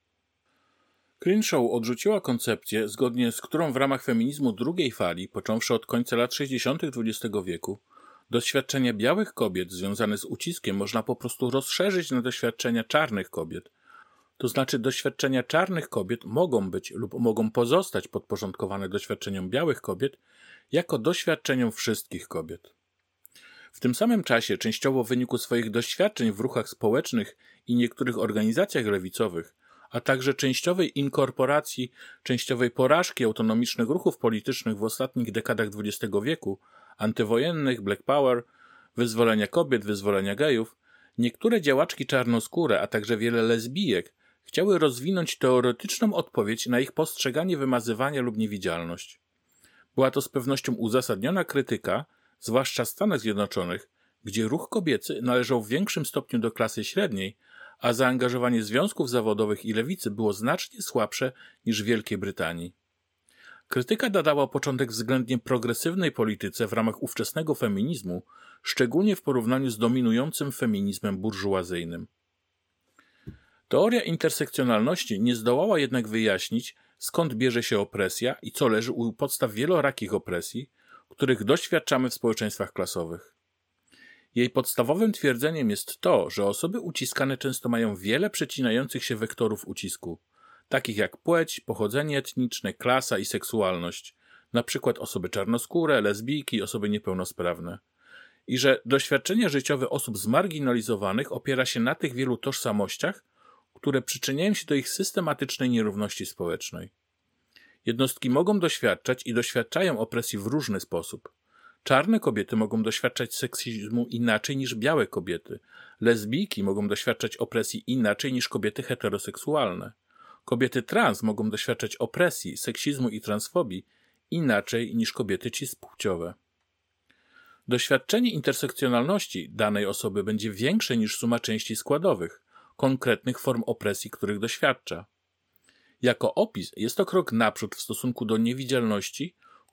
Crenshaw odrzuciła koncepcję, zgodnie z którą w ramach feminizmu drugiej fali, począwszy od końca lat 60. XX wieku, doświadczenia białych kobiet związane z uciskiem można po prostu rozszerzyć na doświadczenia czarnych kobiet. To znaczy doświadczenia czarnych kobiet mogą być lub mogą pozostać podporządkowane doświadczeniom białych kobiet jako doświadczeniom wszystkich kobiet. W tym samym czasie, częściowo w wyniku swoich doświadczeń w ruchach społecznych i niektórych organizacjach lewicowych, a także częściowej inkorporacji, częściowej porażki autonomicznych ruchów politycznych w ostatnich dekadach XX wieku, antywojennych, Black Power, wyzwolenia kobiet, wyzwolenia gejów, niektóre działaczki czarnoskóre, a także wiele lesbijek chciały rozwinąć teoretyczną odpowiedź na ich postrzeganie wymazywania lub niewidzialność. Była to z pewnością uzasadniona krytyka, zwłaszcza w Stanach Zjednoczonych, gdzie ruch kobiecy należał w większym stopniu do klasy średniej, a zaangażowanie związków zawodowych i lewicy było znacznie słabsze niż w Wielkiej Brytanii. Krytyka dała początek względnie progresywnej polityce w ramach ówczesnego feminizmu, szczególnie w porównaniu z dominującym feminizmem burżuazyjnym. Teoria intersekcjonalności nie zdołała jednak wyjaśnić, skąd bierze się opresja i co leży u podstaw wielorakich opresji, których doświadczamy w społeczeństwach klasowych. Jej podstawowym twierdzeniem jest to, że osoby uciskane często mają wiele przecinających się wektorów ucisku, takich jak płeć, pochodzenie etniczne, klasa i seksualność, np. osoby czarnoskóre, lesbijki, osoby niepełnosprawne. I że doświadczenie życiowe osób zmarginalizowanych opiera się na tych wielu tożsamościach, które przyczyniają się do ich systematycznej nierówności społecznej. Jednostki mogą doświadczać i doświadczają opresji w różny sposób. Czarne kobiety mogą doświadczać seksizmu inaczej niż białe kobiety. Lesbijki mogą doświadczać opresji inaczej niż kobiety heteroseksualne. Kobiety trans mogą doświadczać opresji, seksizmu i transfobii inaczej niż kobiety cispłciowe. Doświadczenie intersekcjonalności danej osoby będzie większe niż suma części składowych, konkretnych form opresji, których doświadcza. Jako opis jest to krok naprzód w stosunku do niewidzialności,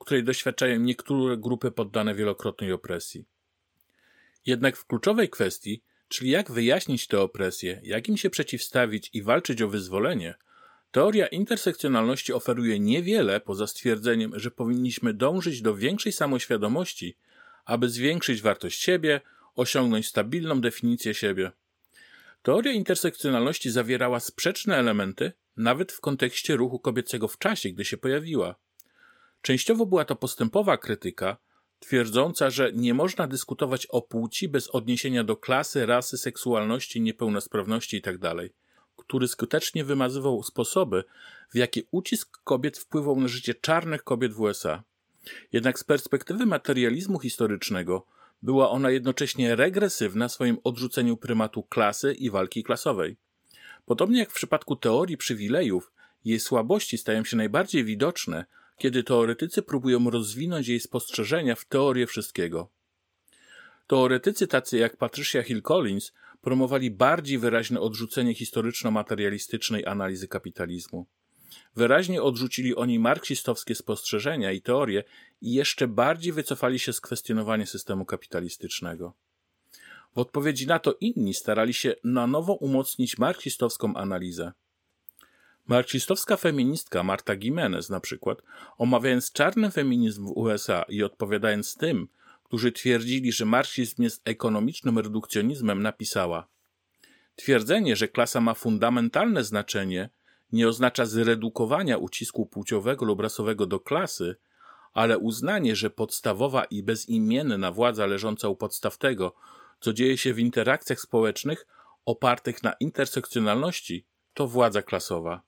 której doświadczają niektóre grupy poddane wielokrotnej opresji. Jednak w kluczowej kwestii, czyli jak wyjaśnić tę opresję, jak im się przeciwstawić i walczyć o wyzwolenie, teoria intersekcjonalności oferuje niewiele poza stwierdzeniem, że powinniśmy dążyć do większej samoświadomości, aby zwiększyć wartość siebie, osiągnąć stabilną definicję siebie. Teoria intersekcjonalności zawierała sprzeczne elementy, nawet w kontekście ruchu kobiecego w czasie, gdy się pojawiła. Częściowo była to postępowa krytyka, twierdząca, że nie można dyskutować o płci bez odniesienia do klasy, rasy, seksualności, niepełnosprawności itd., który skutecznie wymazywał sposoby, w jakie ucisk kobiet wpływał na życie czarnych kobiet w USA. Jednak z perspektywy materializmu historycznego była ona jednocześnie regresywna w swoim odrzuceniu prymatu klasy i walki klasowej. Podobnie jak w przypadku teorii przywilejów, jej słabości stają się najbardziej widoczne, kiedy teoretycy próbują rozwinąć jej spostrzeżenia w teorię wszystkiego. Teoretycy tacy jak Patricia Hill Collins promowali bardziej wyraźne odrzucenie historyczno-materialistycznej analizy kapitalizmu. Wyraźnie odrzucili oni marksistowskie spostrzeżenia i teorie i jeszcze bardziej wycofali się z kwestionowania systemu kapitalistycznego. W odpowiedzi na to inni starali się na nowo umocnić marksistowską analizę. Marksistowska feministka Marta Gimenez na przykład, omawiając czarny feminizm w USA i odpowiadając tym, którzy twierdzili, że marksizm jest ekonomicznym redukcjonizmem, napisała: twierdzenie, że klasa ma fundamentalne znaczenie, nie oznacza zredukowania ucisku płciowego lub rasowego do klasy, ale uznanie, że podstawowa i bezimienna władza leżąca u podstaw tego, co dzieje się w interakcjach społecznych opartych na intersekcjonalności, to władza klasowa.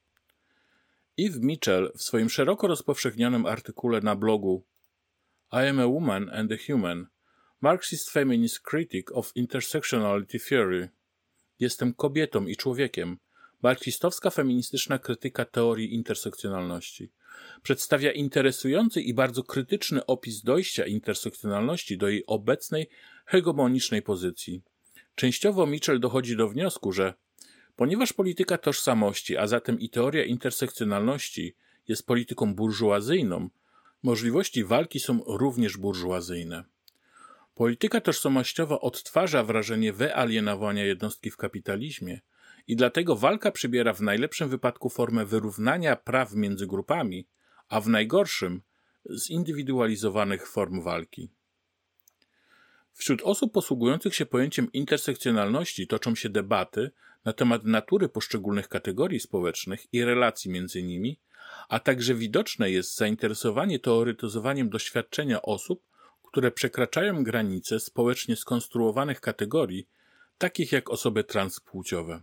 Eve Mitchell w swoim szeroko rozpowszechnionym artykule na blogu I am a woman and a human, Marxist Feminist Critic of Intersectionality Theory. Jestem kobietą i człowiekiem. Marksistowska feministyczna krytyka teorii intersekcjonalności. Przedstawia interesujący i bardzo krytyczny opis dojścia intersekcjonalności do jej obecnej hegemonicznej pozycji. Częściowo Mitchell dochodzi do wniosku, że ponieważ polityka tożsamości, a zatem i teoria intersekcjonalności jest polityką burżuazyjną, możliwości walki są również burżuazyjne. Polityka tożsamościowa odtwarza wrażenie wyalienowania jednostki w kapitalizmie i dlatego walka przybiera w najlepszym wypadku formę wyrównania praw między grupami, a w najgorszym zindywidualizowanych form walki. Wśród osób posługujących się pojęciem intersekcjonalności toczą się debaty na temat natury poszczególnych kategorii społecznych i relacji między nimi, a także widoczne jest zainteresowanie teoretyzowaniem doświadczenia osób, które przekraczają granice społecznie skonstruowanych kategorii, takich jak osoby transpłciowe.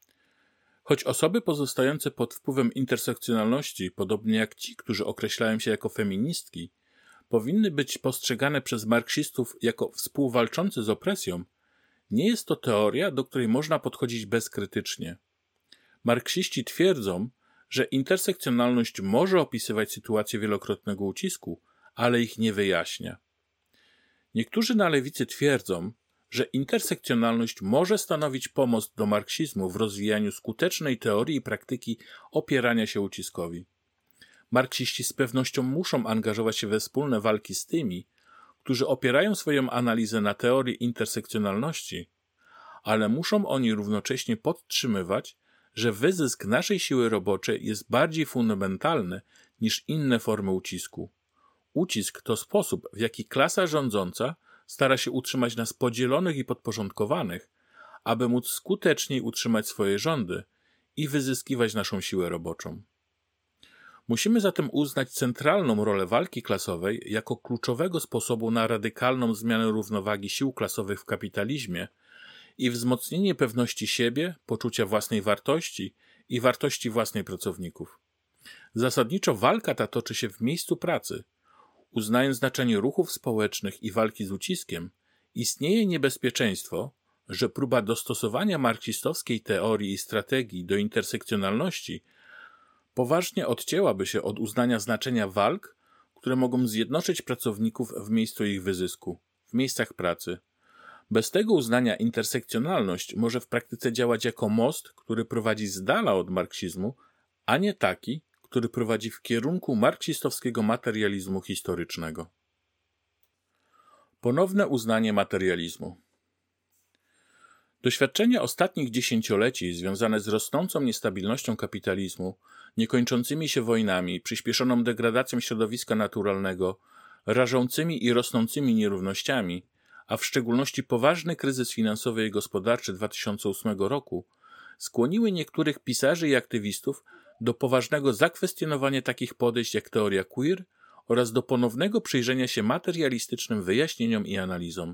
Choć osoby pozostające pod wpływem intersekcjonalności, podobnie jak ci, którzy określają się jako feministki, powinny być postrzegane przez marksistów jako współwalczące z opresją, nie jest to teoria, do której można podchodzić bezkrytycznie. Marksiści twierdzą, że intersekcjonalność może opisywać sytuację wielokrotnego ucisku, ale ich nie wyjaśnia. Niektórzy na lewicy twierdzą, że intersekcjonalność może stanowić pomost do marksizmu w rozwijaniu skutecznej teorii i praktyki opierania się uciskowi. Marksiści z pewnością muszą angażować się we wspólne walki z tymi, którzy opierają swoją analizę na teorii intersekcjonalności, ale muszą oni równocześnie podtrzymywać, że wyzysk naszej siły roboczej jest bardziej fundamentalny niż inne formy ucisku. Ucisk to sposób, w jaki klasa rządząca stara się utrzymać nas podzielonych i podporządkowanych, aby móc skuteczniej utrzymać swoje rządy i wyzyskiwać naszą siłę roboczą. Musimy zatem uznać centralną rolę walki klasowej jako kluczowego sposobu na radykalną zmianę równowagi sił klasowych w kapitalizmie i wzmocnienie pewności siebie, poczucia własnej wartości i wartości własnej pracowników. Zasadniczo walka ta toczy się w miejscu pracy. Uznając znaczenie ruchów społecznych i walki z uciskiem, istnieje niebezpieczeństwo, że próba dostosowania marksistowskiej teorii i strategii do intersekcjonalności poważnie odcięłaby się od uznania znaczenia walk, które mogą zjednoczyć pracowników w miejscu ich wyzysku, w miejscach pracy. Bez tego uznania intersekcjonalność może w praktyce działać jako most, który prowadzi z dala od marksizmu, a nie taki, który prowadzi w kierunku marksistowskiego materializmu historycznego. Ponowne uznanie materializmu. Doświadczenia ostatnich dziesięcioleci związane z rosnącą niestabilnością kapitalizmu, niekończącymi się wojnami, przyspieszoną degradacją środowiska naturalnego, rażącymi i rosnącymi nierównościami, a w szczególności poważny kryzys finansowy i gospodarczy 2008 roku, skłoniły niektórych pisarzy i aktywistów do poważnego zakwestionowania takich podejść jak teoria queer oraz do ponownego przyjrzenia się materialistycznym wyjaśnieniom i analizom.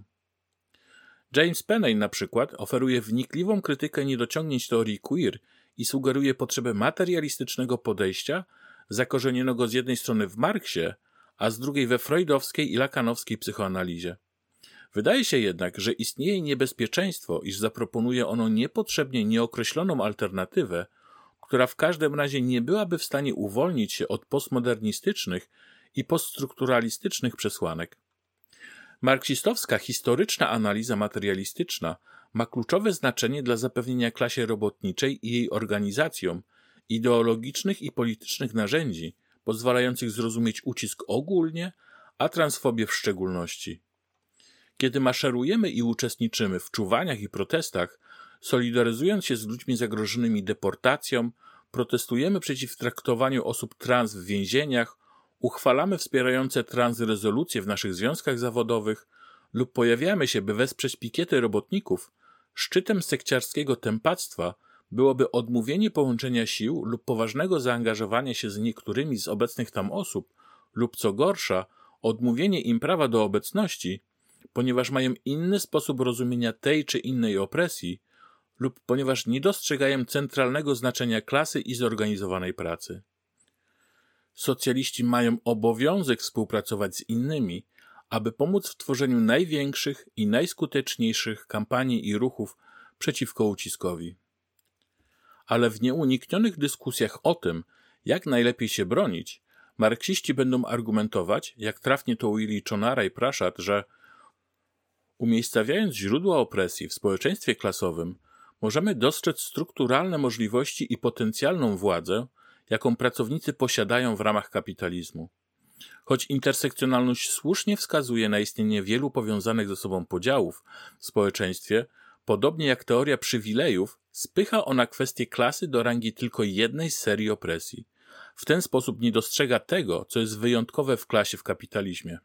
James Penney na przykład oferuje wnikliwą krytykę niedociągnięć teorii queer i sugeruje potrzebę materialistycznego podejścia zakorzenionego z jednej strony w Marksie, a z drugiej we freudowskiej i lakanowskiej psychoanalizie. Wydaje się jednak, że istnieje niebezpieczeństwo, iż zaproponuje ono niepotrzebnie nieokreśloną alternatywę, która w każdym razie nie byłaby w stanie uwolnić się od postmodernistycznych i poststrukturalistycznych przesłanek. Marksistowska historyczna analiza materialistyczna ma kluczowe znaczenie dla zapewnienia klasie robotniczej i jej organizacjom ideologicznych i politycznych narzędzi pozwalających zrozumieć ucisk ogólnie, a transfobię w szczególności. Kiedy maszerujemy i uczestniczymy w czuwaniach i protestach, solidaryzując się z ludźmi zagrożonymi deportacją, protestujemy przeciw traktowaniu osób trans w więzieniach, uchwalamy wspierające trans rezolucje w naszych związkach zawodowych lub pojawiamy się, by wesprzeć pikiety robotników, szczytem sekciarskiego tępactwa byłoby odmówienie połączenia sił lub poważnego zaangażowania się z niektórymi z obecnych tam osób lub, co gorsza, odmówienie im prawa do obecności, ponieważ mają inny sposób rozumienia tej czy innej opresji lub ponieważ nie dostrzegają centralnego znaczenia klasy i zorganizowanej pracy. Socjaliści mają obowiązek współpracować z innymi, aby pomóc w tworzeniu największych i najskuteczniejszych kampanii i ruchów przeciwko uciskowi. Ale w nieuniknionych dyskusjach o tym, jak najlepiej się bronić, marksiści będą argumentować, jak trafnie to ujęli Chonara i Prashad, że umiejscawiając źródła opresji w społeczeństwie klasowym, możemy dostrzec strukturalne możliwości i potencjalną władzę, jaką pracownicy posiadają w ramach kapitalizmu. Choć intersekcjonalność słusznie wskazuje na istnienie wielu powiązanych ze sobą podziałów w społeczeństwie, podobnie jak teoria przywilejów, spycha ona kwestię klasy do rangi tylko jednej z serii opresji. W ten sposób nie dostrzega tego, co jest wyjątkowe w klasie w kapitalizmie.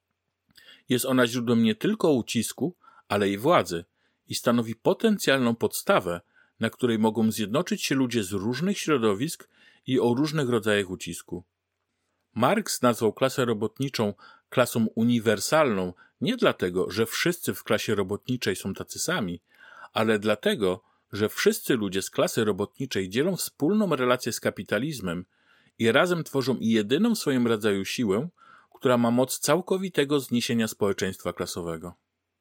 Jest ona źródłem nie tylko ucisku, ale i władzy i stanowi potencjalną podstawę, na której mogą zjednoczyć się ludzie z różnych środowisk i o różnych rodzajach ucisku. Marks nazwał klasę robotniczą klasą uniwersalną nie dlatego, że wszyscy w klasie robotniczej są tacy sami, ale dlatego, że wszyscy ludzie z klasy robotniczej dzielą wspólną relację z kapitalizmem i razem tworzą jedyną w swoim rodzaju siłę, która ma moc całkowitego zniesienia społeczeństwa klasowego.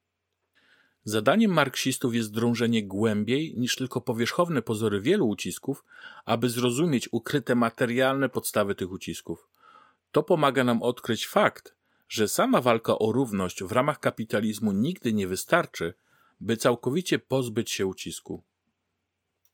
Zadaniem marksistów jest drążenie głębiej niż tylko powierzchowne pozory wielu ucisków, aby zrozumieć ukryte materialne podstawy tych ucisków. To pomaga nam odkryć fakt, że sama walka o równość w ramach kapitalizmu nigdy nie wystarczy, by całkowicie pozbyć się ucisku.